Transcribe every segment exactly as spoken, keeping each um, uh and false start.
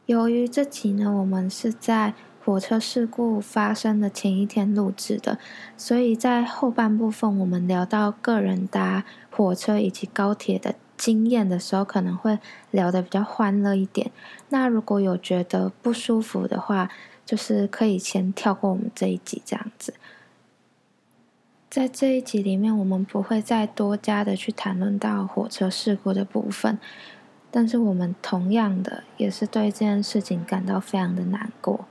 由于这集呢，我们是在火车事故发生的前一天录制的，所以在后半部分我们聊到个人搭火车以及高铁的经验的时候，可能会聊得比较欢乐一点。那如果有觉得不舒服的话，就是可以先跳过我们这一集这样子。在这一集里面，我们不会再多加的去谈论到火车事故的部分，但是我们同样的也是对这件事情感到非常的难过。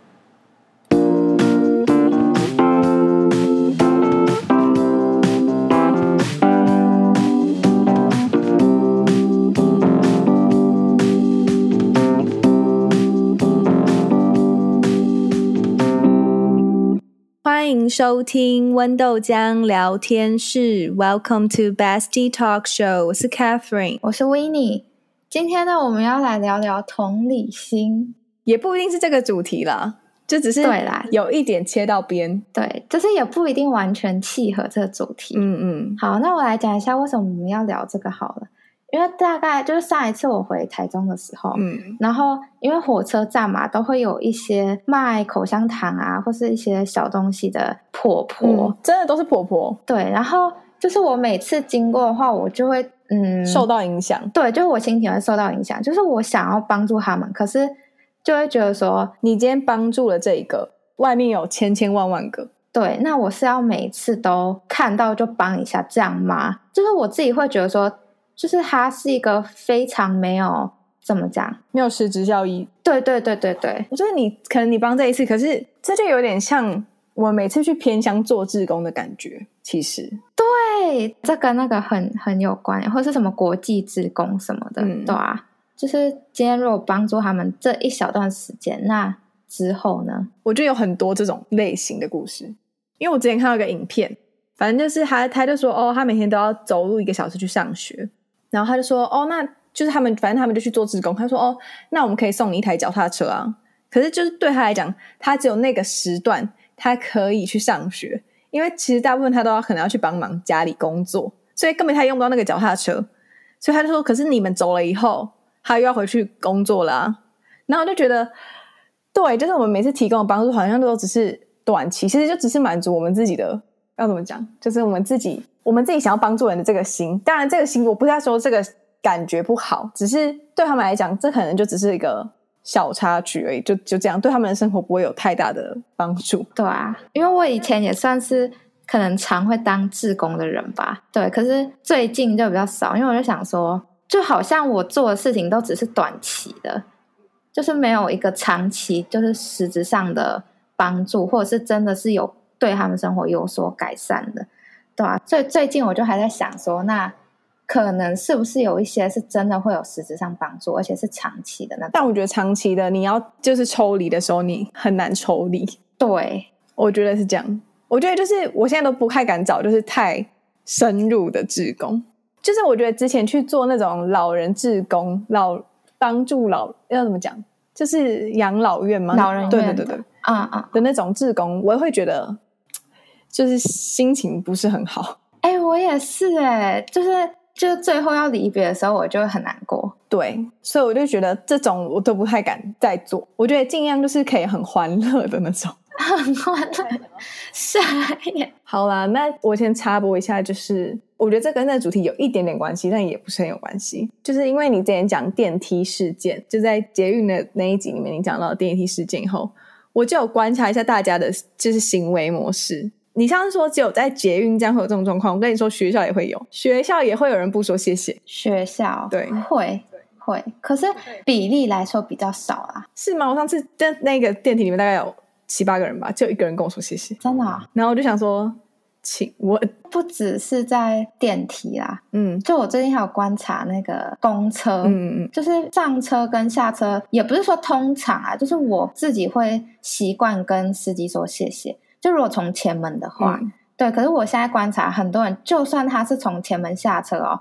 欢迎收听温豆浆聊天室 Welcome to Bestie Talk Show， 我是 Catherine， 我是 Winnie。 今天呢，我们要来聊聊同理心， 也不一定是这个主题啦，就只是对啦， 有一点切到边， 对，就是也不一定完全契合这个主题。 嗯嗯， 好，那我来讲一下为什么我们要聊这个好了。因为大概就是上一次我回台中的时候，嗯，然后因为火车站嘛，都会有一些卖口香糖啊，或是一些小东西的婆婆， 嗯，真的都是婆婆。 对，然后就是我每次经过的话，我就会嗯受到影响。 对，就是我心情会受到影响，就是我想要帮助他们，可是就会觉得说， 你今天帮助了这一个，外面有千千万万个， 对，那我是要每次都看到就帮一下这样吗？就是我自己会觉得说，就是它是一个非常没有怎么讲， 没有实质效益。 对对对对对， 我觉得你可能你帮这一次，可是这就有点像我每次去偏乡做志工的感觉。其实对，这跟那个很很有关，或是什么国际志工什么的，嗯，对啊。就是今天如果帮助他们这一小段时间，那之后呢？ 我觉得有很多这种类型的故事，因为我之前看到一个影片，反正就是他他就说哦，他每天都要走路一个小时去上学，然后他就说哦，那就是他们反正他们就去做志工，他说哦，那我们可以送你一台脚踏车啊。可是就是对他来讲，他只有那个时段他可以去上学，因为其实大部分他都要可能要去帮忙家里工作，所以根本他用不到那个脚踏车，所以他就说可是你们走了以后他又要回去工作啦、啊。然后我就觉得对，就是我们每次提供的帮助好像都只是短期，其实就只是满足我们自己的，要怎么讲，就是我们自己我们自己想要帮助人的这个心。当然这个心我不是在说这个感觉不好，只是对他们来讲这可能就只是一个小插曲而已，就就这样，对他们的生活不会有太大的帮助。 对啊，因为我以前也算是可能常会当志工的人吧，对，可是最近就比较少，因为我就想说就好像我做的事情都只是短期的，就是没有一个长期就是实质上的帮助，或者是真的是有对他们生活有所改善的，对啊，所以最近我就还在想说，那可能是不是有一些是真的会有实质上帮助，而且是长期的那种。 但我觉得长期的你要就是抽离的时候你很难抽离。 对， 我觉得是这样。我觉得就是我现在都不太敢找就是太深入的志工，就是我觉得之前去做那种老人志工，老帮助老要怎么讲，就是养老院吗？ 老人院， 对对对对， 嗯嗯的那种志工，我也会觉得就是心情不是很好。 哎、欸，我也是哎、欸，就是就是最后要离别的时候，我就会很难过。 对，所以我就觉得这种我都不太敢再做。我觉得尽量就是可以很欢乐的那种。 很欢乐，傻眼。 好啦，那我先插播一下，就是我觉得这跟那个主题有一点点关系，但也不是很有关系。就是因为你之前讲电梯事件，就在捷运的那一集里面，你讲到电梯事件以后，我就有观察一下大家的就是行为模式。你像是说只有在捷运这样会有这种状况，我跟你说学校也会有，学校也会有人不说谢谢。 学校对会会，可是比例来说比较少啦。 是吗？我上次在那个电梯里面大概有七八个人吧，就一个人跟我说谢谢。 真的啊？ 然后我就想说请问， 不只是在电梯啦，嗯，就我最近还有观察那个公车，嗯嗯，就是上车跟下车，也不是说通常啊，就是我自己会习惯跟司机说谢谢。就如果从前门的话、嗯、对，可是我现在观察很多人就算他是从前门下车哦，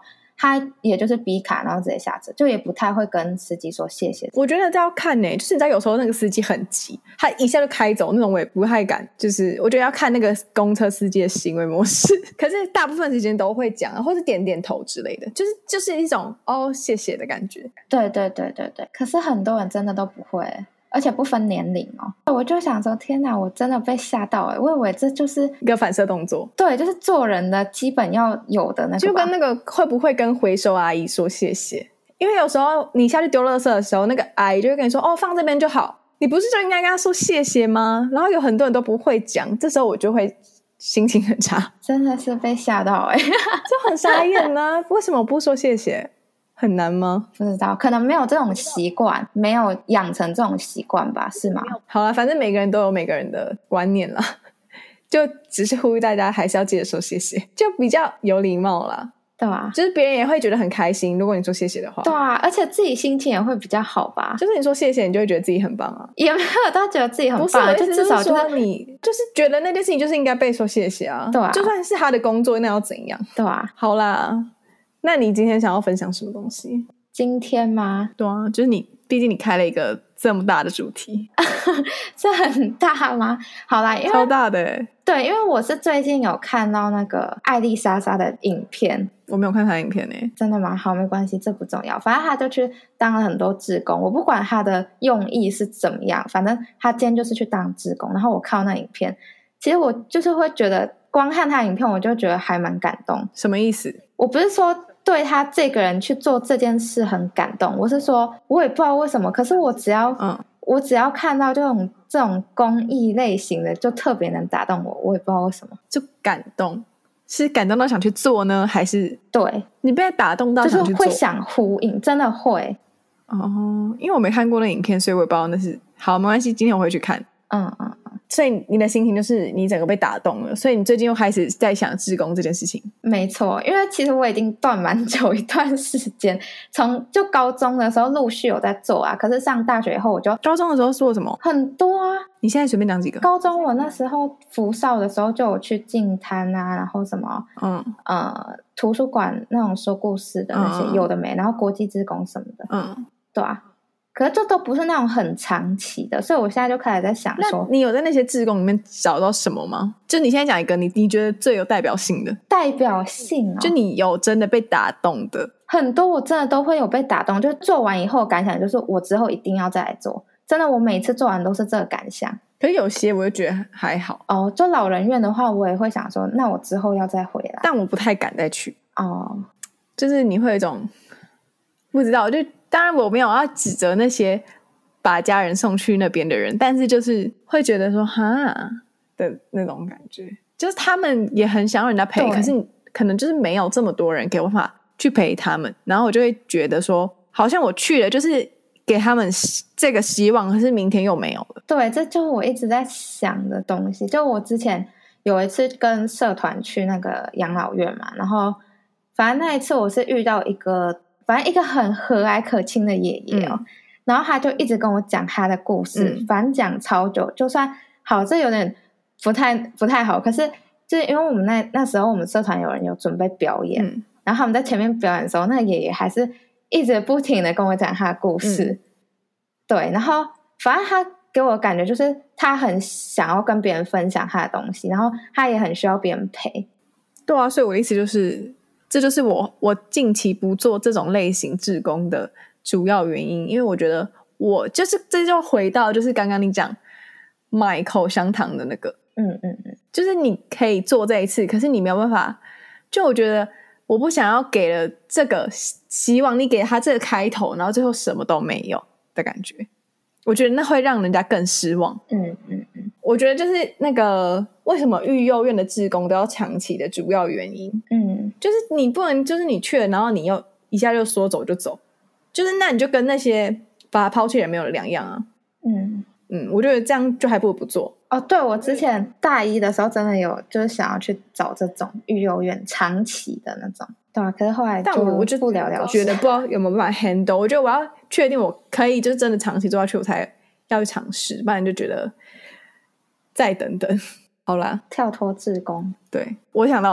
他也就是逼卡然后直接下车，就也不太会跟司机说谢谢。 我觉得这要看呢、欸，就是你知道有时候那个司机很急，他一下就开走那种，我也不太敢。就是我觉得要看那个公车司机的行为模式，可是大部分时间都会讲，或是点点头之类的，就是就是一种哦谢谢的感觉。 对对对对对，可是很多人真的都不会，而且不分年龄哦。我就想说天哪，我真的被吓到哎！我以为这就是一个反射动作， 对，就是做人的基本要有的那个， 就跟那个会不会跟回收阿姨说谢谢。因为有时候你下去丢垃圾的时候，那个阿姨就会跟你说哦放这边就好，你不是就应该跟她说谢谢吗？然后有很多人都不会讲，这时候我就会心情很差， 真的是被吓到哎、欸， 就很傻眼啊！为什么不说谢谢？很难吗？ 不知道，可能没有这种习惯，没有养成这种习惯吧，是吗？ 好啦，反正每个人都有每个人的观念啦，就只是呼吁大家还是要记得说谢谢，就比较有礼貌啦。 对啊， 就是别人也会觉得很开心，如果你说谢谢的话。 对啊，而且自己心情也会比较好吧。 就是你说谢谢，你就会觉得自己很棒啊。 也没有到觉得自己很棒， 不是， 就至少就是说你就是觉得那件事情就是应该被说谢谢啊。 对啊， 就算是他的工作，那要怎样？ 对啊。 好啦，那你今天想要分享什么东西？ 今天吗？ 对啊，就是你，毕竟你开了一个这么大的主题， 这很大吗？好啦，因为超大的欸。 对，因为我是最近有看到那个艾丽莎莎的影片， 我没有看她影片欸。 真的吗？好，没关系，这不重要。反正他就去当了很多志工，我不管他的用意是怎么样，反正他今天就是去当志工。然后我看到那影片，其实我就是会觉得，光看他影片我就觉得还蛮感动。 什么意思？ 我不是说对他这个人去做这件事很感动，我是说我也不知道为什么，可是我只要嗯， 我只要看到这种这种公益类型的就特别能打动我，我也不知道为什么， 就感动，是感动到想去做呢，还是对你被打动到想去做？ 就是会想呼应，真的会。 哦，因为我没看过那影片，所以我也不知道那是。好，没关系，今天我会去看。 嗯嗯嗯， 所以你的心情就是你整个被打动了，所以你最近又开始在想志工这件事情。 没错，因为其实我已经断蛮久一段时间，从就高中的时候陆续有在做啊，可是上大学以后我就高中的时候做什么？ 很多啊。 你现在随便讲几个。 高中我那时候福少的时候就有去净滩啊，然后什么嗯呃图书馆那种说故事的那些、 嗯、 有的没，然后国际志工什么的， 嗯， 对啊。可是这都不是那种很长期的，所以我现在就开始在想说， 你有在那些志工里面找到什么吗？就你现在讲一个你你觉得最有代表性的， 代表性哦， 就你有真的被打动的。 很多我真的都会有被打动，就做完以后感想就是我之后一定要再来做，真的我每次做完都是这个感想。 可是有些我就觉得还好哦，就老人院的话我也会想说那我之后要再回来， 但我不太敢再去哦， 就是你会有一种不知道，就当然我没有要指责那些把家人送去那边的人，但是就是会觉得说哈的那种感觉，就是他们也很想让人家陪，可是可能就是没有这么多人给我办法去陪他们，然后我就会觉得说好像我去了就是给他们这个希望，可是明天又没有了。 对，这就是我一直在想的东西。就我之前有一次跟社团去那个养老院嘛，然后反正那一次我是遇到一个反正一个很和蔼可亲的爷爷哦、嗯，然后他就一直跟我讲他的故事、嗯、反正讲超久，就算好这有点不太不太好，可是就是因为我们那那时候我们社团有人有准备表演、嗯、然后他们在前面表演的时候，那个爷爷还是一直不停的跟我讲他的故事、嗯、对，然后反正他给我的感觉就是他很想要跟别人分享他的东西，然后他也很需要别人陪。 对啊，所以我的意思就是这就是我我近期不做这种类型志工的主要原因，因为我觉得我就是这就回到就是刚刚你讲买口香糖的那个嗯嗯嗯， 就是你可以做这一次，可是你没有办法，就我觉得我不想要给了这个希望你给他这个开头，然后最后什么都没有的感觉，我觉得那会让人家更失望。 嗯嗯嗯， 我觉得就是那个为什么育幼院的志工都要长期的主要原因， 嗯， 就是你不能就是你去了然后你又一下就说走就走，就是那你就跟那些把他抛弃的人没有两样啊。 嗯嗯，我觉得这样就还不如不做。 哦，对，我之前大一的时候真的有就是想要去找这种育幼院长期的那种，对啊，可是后来但我就不了了之， 觉得不知道有没有办法 handle， 我觉得我要确定我可以就是真的长期做下去我才要去尝试，不然就觉得再等等。好啦， 跳脱志工。 对，我想到了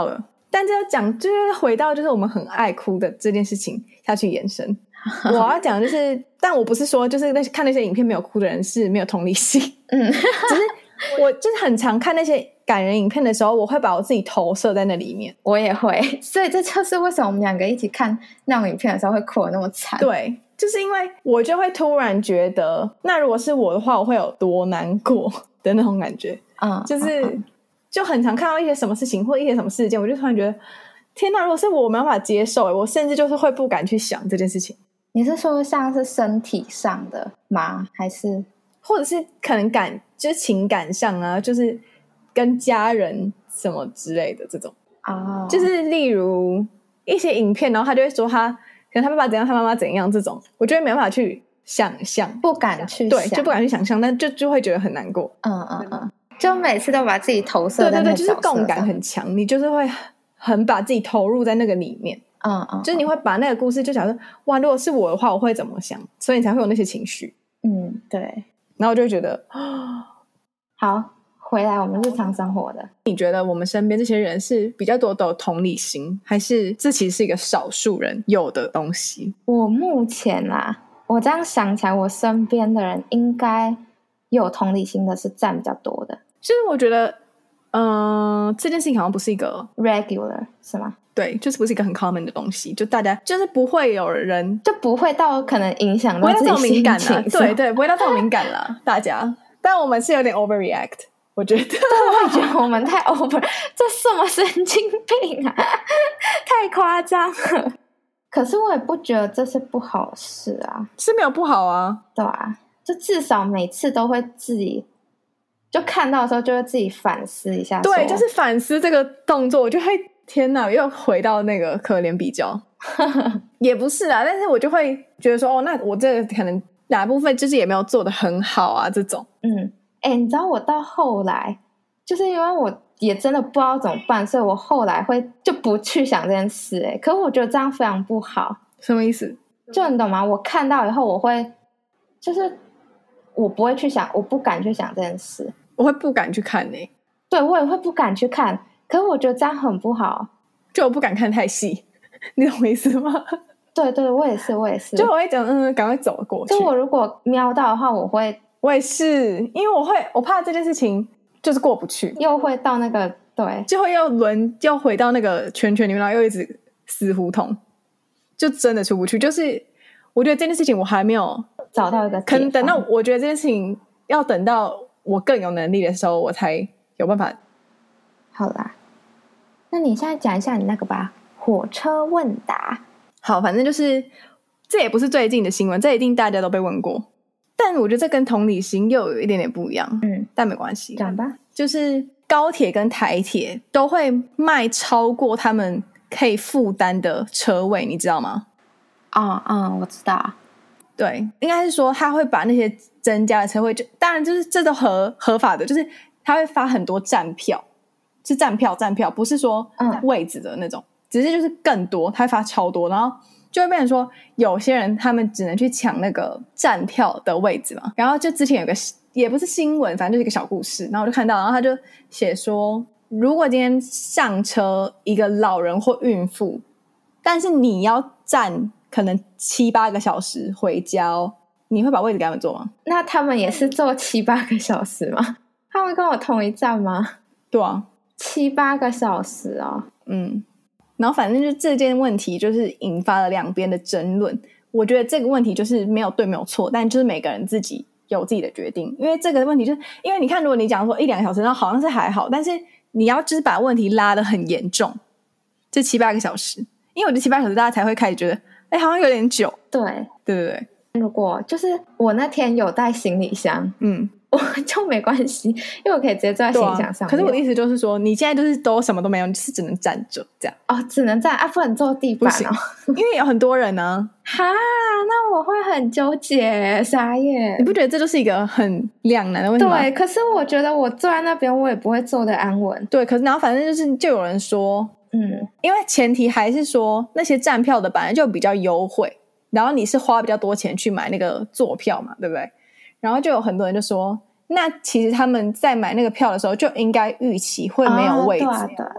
但这要讲就是回到就是我们很爱哭的这件事情下去延伸。我要讲就是，但我不是说就是那些看那些影片没有哭的人是没有同理心，嗯，只是我就是很常看那些感人影片的时候，我会把我自己投射在那里面。 我也会，所以这就是为什么我们两个一起看那种影片的时候会哭得那么惨。 对，就是因为我就会突然觉得，那如果是我的话，我会有多难过的那种感觉。嗯，就是嗯嗯就很常看到一些什么事情或一些什么事件，我就突然觉得，天哪！如果是我，我没办法接受，我甚至就是会不敢去想这件事情。 你是说像是身体上的吗？还是或者是可能感就是情感上啊，就是跟家人什么之类的这种啊， oh. 就是例如一些影片，然后他就会说他可能他爸爸怎样，他妈妈怎样这种，我就会没办法去想象， 不敢去想， 对，就不敢去想象，但就就会觉得很难过。 嗯嗯嗯，就每次都把自己投射在那个角色上，对对对， 就是共感很强，你就是会很把自己投入在那个里面。嗯嗯，就是你会把那个故事就想说，哇，如果是我的话，我会怎么想？所以你才会有那些情绪。 嗯，对。 然后我就会觉得， 好，回来我们日常生活的， 你觉得我们身边这些人是比较多的同理心，还是这其实是一个少数人有的东西？ 我目前啦，我这样想起来，我身边的人应该有同理心的是占比较多的。 就是我觉得，嗯、呃，这件事情好像不是一个 regular 是吗？ 对，就是不是一个很 common 的东西，就大家就是不会有人就不会到可能影响到自己心情， 啦， 对对，不会到这种敏感啦，大家。但我们是有点 overreact， 我觉得， 对，我也觉得我们太 over， 这什么神经病啊，太夸张了。可是我也不觉得这是不好事啊， 是没有不好啊， 对啊，就至少每次都会自己。就看到的时候就会自己反思一下， 对，就是反思这个动作，我就会天哪，又回到那个可怜比较，也不是啦，但是我就会觉得说，哦，那我这个可能哪部分就是也没有做得很好啊，这种， 嗯，哎、欸，你知道我到后来，就是因为我也真的不知道怎么办，所以我后来会就不去想这件事、欸，哎，可是我觉得这样非常不好。 什么意思？ 就你懂吗？我看到以后，我会就是我不会去想，我不敢去想这件事。 我会不敢去看呢、欸， 对，我也会不敢去看，可是我觉得这样很不好， 就我不敢看太细，你懂我意思吗？ 对对，我也是，我也是， 就我会讲，嗯，赶快走过去。 就我如果瞄到的话，我会， 我也是，因为我会，我怕这件事情就是过不去， 又会到那个，对， 就会又轮，又回到那个圈圈里面，然后又一直死胡同，就真的出不去。就是我觉得这件事情我还没有找到一个， 可能等到我觉得这件事情要等到我更有能力的时候，我才有办法。 好啦，那你现在讲一下你那个吧，火车问答。 好，反正就是这也不是最近的新闻，这一定大家都被问过。但我觉得这跟同理心又有一点点不一样，嗯，但没关系， 讲吧。 就是高铁跟台铁都会卖超过他们可以负担的车位，你知道吗？ 啊、哦、嗯，我知道。 对，应该是说他会把那些增加的车位，就当然就是这都合合法的，就是他会发很多站票，是站票站票，不是说位置的那种，嗯、只是就是更多，他会发超多，然后就会变成说有些人他们只能去抢那个站票的位置嘛。然后就之前有个也不是新闻，反正就是一个小故事，然后我就看到，然后他就写说，如果今天上车一个老人或孕妇，但是你要站可能七八个小时回家哦，你会把位置给他们坐吗？ 那他们也是坐七八个小时吗？他们跟我同一站吗？ 对啊， 七八个小时哦。 嗯，然后反正就这件问题就是引发了两边的争论。我觉得这个问题就是没有对没有错，但就是每个人自己有自己的决定。因为这个问题就是因为你看，如果你讲说一两个小时，那好像是还好，但是你要就是把问题拉得很严重，这七八个小时，因为我觉得七八个小时大家才会开始觉得哎，好像有点久。 对对对对， 如果就是我那天有带行李箱，嗯，我就没关系，因为我可以直接坐在行李箱上面、啊。 可是我的意思就是说，你现在就是都什么都没有，你就是只能站着这样。 哦，只能站啊，不能坐地板哦， 因为有很多人呢、啊。 哈，那我会很纠结，傻眼。 你不觉得这就是一个很两难的问题吗？ 对，可是我觉得我坐在那边，我也不会坐得安稳。 对，可是然后反正就是就有人说，嗯，因为前提还是说那些站票的本来就比较优惠。然后你是花比较多钱去买那个坐票嘛，对不对？然后就有很多人就说，那其实他们在买那个票的时候就应该预期会没有位置，哦、对啊对，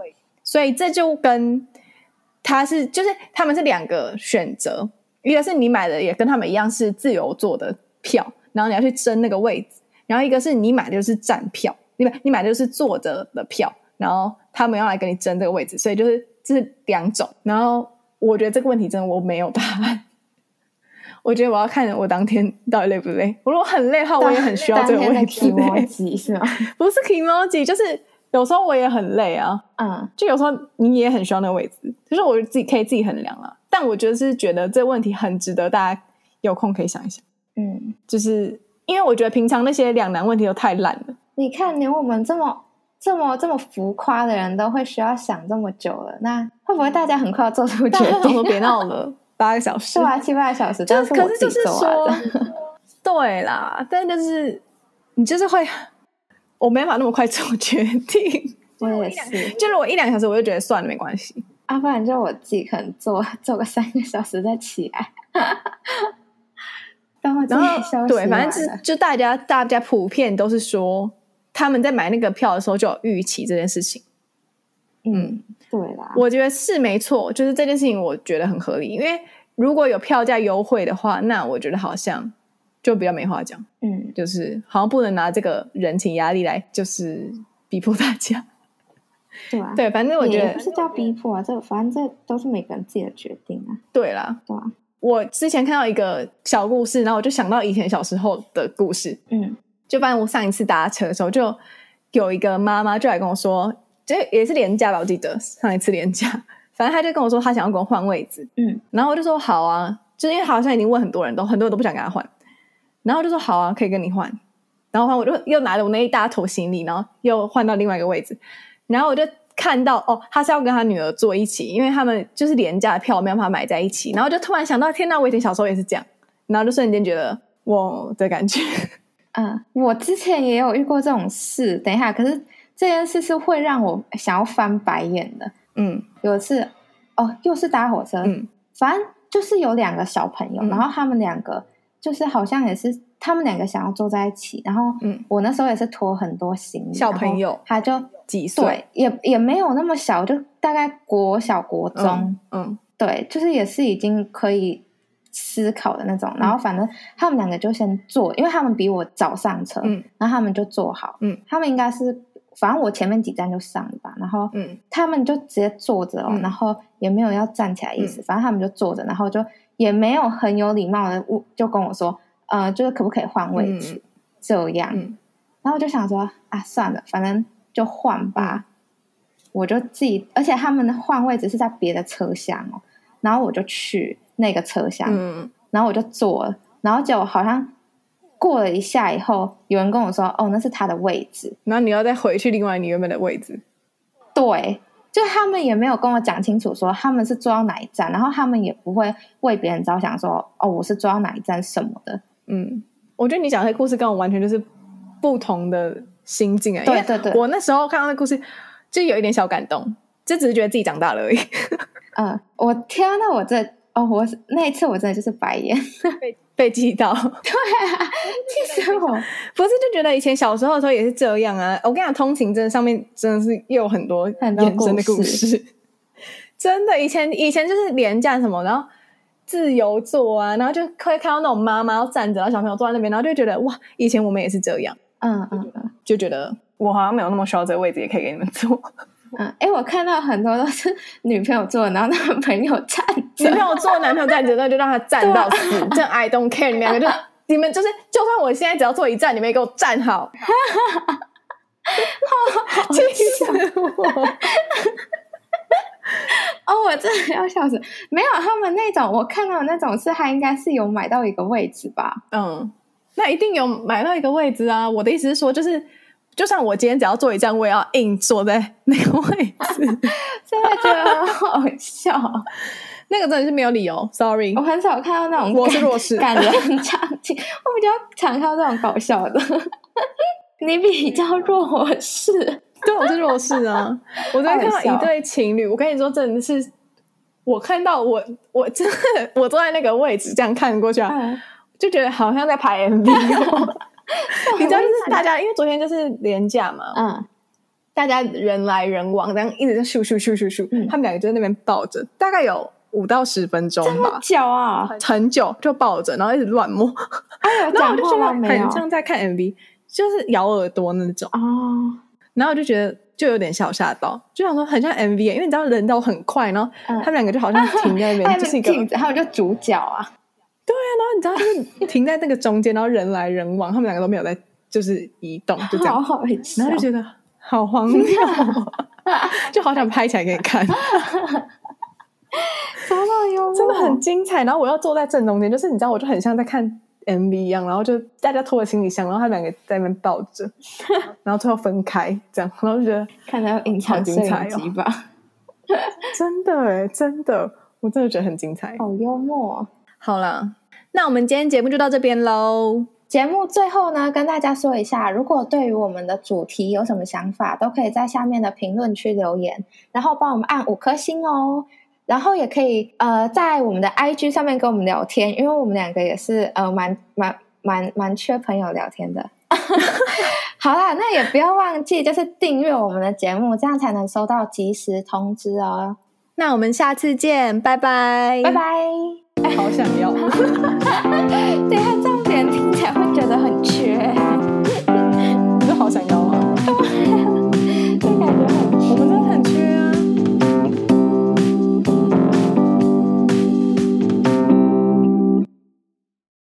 所以这就跟他是就是他们是两个选择，一个是你买的也跟他们一样是自由座的票，然后你要去争那个位置，然后一个是你买的就是站票，你买你买的就是坐着的票，然后他们要来跟你争这个位置，所以就是这是两种。然后我觉得这个问题真的我没有答案，我觉得我要看我当天到底累不累。如果很累的话，我也很需要这个位置、欸。 当天的 emoji 是吗？ 不是 emoji， 就是有时候我也很累啊。嗯，就有时候你也很需要那个位置，就是我自己可以自己衡量啦。但我就是觉得这个问题很值得大家有空可以想一想。嗯，就是因为我觉得平常那些两难问题都太烂了。 你看，连我们这么这么这么浮夸的人都会需要想这么久了，那会不会大家很快要做出决定？ 说别闹了，八个小时， 对啊，七八个小时， 就是可是就是说， 对啦，但就是你就是会，我没法那么快做决定。 我也是， 就是我一两个小时我就觉得算了，没关系。 啊，不然就我自己可能做做个三个小时再起来。然后对，反正就就大家大家普遍都是说，他们在买那个票的时候就有预期这件事情。 嗯，对啦， 我觉得是没错，就是这件事情我觉得很合理，因为如果有票价优惠的话，那我觉得好像就比较没话讲。嗯，就是好像不能拿这个人情压力来就是逼迫大家。 对啊， 对，反正我觉得也不是叫逼迫啊，这反正这都是每个人自己的决定啊。 对啦， 对啊。 我之前看到一个小故事，然后我就想到以前小时候的故事。嗯，就反正我上一次搭车的时候，就有一个妈妈就来跟我说，就也是连假吧，我记得上一次连假，反正她就跟我说她想要跟我换位置。嗯，然后我就说好啊，就是因为好像已经问很多人都很多人都不想跟她换，然后我就说好啊，可以跟你换。然后我就又拿着我那一大坨行李，然后又换到另外一个位置，然后我就看到哦，他是要跟他女儿坐一起，因为他们就是廉价的票没有办法买在一起，然后就突然想到天哪，我以前小时候也是这样，然后就瞬间觉得哇的感觉。 嗯，我之前也有遇过这种事，等一下，可是这件事是会让我想要翻白眼的。嗯，有一次哦，又是搭火车，嗯，反正就是有两个小朋友，嗯，然后他们两个就是好像也是他们两个想要坐在一起，然后嗯，我那时候也是拖很多行李， 小朋友他就几岁？ 对，也也没有那么小，就大概国小国中，嗯，嗯对，就是也是已经可以思考的那种。然后反正他们两个就先坐，因为他们比我早上车，嗯，然后他们就坐好，嗯，他们应该是反正我前面几站就上了吧，然后嗯，他们就直接坐着哦，嗯，然后也没有要站起来意思，嗯，反正他们就坐着，然后就也没有很有礼貌的就跟我说，呃，就是可不可以换位置，嗯，这样，嗯，然后我就想说啊，算了，反正就换吧，我就自己，而且他们的换位置是在别的车厢哦，然后我就去那个车厢，嗯，然后我就坐了，然后结果好像过了一下以后，有人跟我说，哦，那是他的位置， 然后你要再回去另外你原本的位置。 对，就他们也没有跟我讲清楚说他们是坐到哪一站，然后他们也不会为别人着想说，哦，我是坐到哪一站什么的。嗯， 我觉得你讲的故事跟我完全就是不同的心境啊。 对对对， 我那时候看到那故事就有一点小感动，就只是觉得自己长大了而已。 嗯，我天啊，那我这哦，我那一次我真的就是白眼， 被被气到。对啊，气死我！ 不是就觉得以前小时候的时候也是这样啊。我跟你讲，通勤真的上面真的是又有很多衍生的故事。真的，以前以前就是连假什么，然后自由坐啊，然后就会看到那种妈妈要站着，然后小朋友坐在那边，然后就觉得哇，以前我们也是这样。嗯嗯嗯，就觉得我好像没有那么需要这个位置，也可以给你们坐。 嗯，哎，我看到很多都是女朋友坐，然后男朋友站着， 女朋友坐，男朋友站着，那就让他站到死。这样 I don't care， 你们两个就你们就是，就算我现在只要坐一站，你们也给我站好。气死我！ 哦，我真的要笑死。没有，他们那种我看到的那种是他应该是有买到一个位置吧？ 嗯，那一定有买到一个位置啊！我的意思是说，就是就算我今天只要坐一站，我也要硬坐在那个位置。 真的觉得很好笑。 那个真的是没有理由 ，sorry。 我很少看到那种我是弱势感人场景，我比较常看到这种搞笑的。你比较弱势， 对，我是弱势啊。我昨天看到一对情侣，我跟你说，真的是，我看到我我真的我坐在那个位置这样看过去啊，嗯、就觉得好像在拍 M V 哦。你知道，就是大家因为昨天就是连假嘛，嗯， 大家人来人往，这样一直在咻咻咻咻咻、嗯，他们两个就在那边抱着，大概有五到十分钟吧， 这么久啊， 很久就抱着，然后一直乱摸。 哎呦，讲话吗？没有， 很像在看 M V， 就是咬耳朵那种哦。 然后我就觉得就有点小吓到，就想说很像 M V， 因为你知道人都很快，然后他们两个就好像停在那边，嗯、就是一个他们就主角啊。 对啊，然后你知道就是停在那个中间，然后人来人往，他们两个都没有在就是移动，就这样， 好好笑， 然后就觉得好荒谬、哦，就好想拍起来给你看。 怎么那么幽默， 真的很精彩。然后我要坐在正中间，就是你知道，我就很像在看 M V 一样，然后就大家拖着行李箱，然后他们两个在那边抱着，然后最后分开，这样，然后就觉得看到隐藏摄影机吧， 真的耶，真的，我真的觉得很精彩， 好幽默、哦。 好啦，那我们今天节目就到这边咯。 节目最后呢，跟大家说一下，如果对于我们的主题有什么想法，都可以在下面的评论区留言，然后帮我们按五颗星哦。然后也可以呃在我们的 I G 上面跟我们聊天，因为我们两个也是呃蛮蛮蛮蛮缺朋友聊天的。好啦，那也不要忘记就是订阅我们的节目，这样才能收到及时通知哦。 那我们下次见，拜拜， 拜拜。 好想要。 等一下再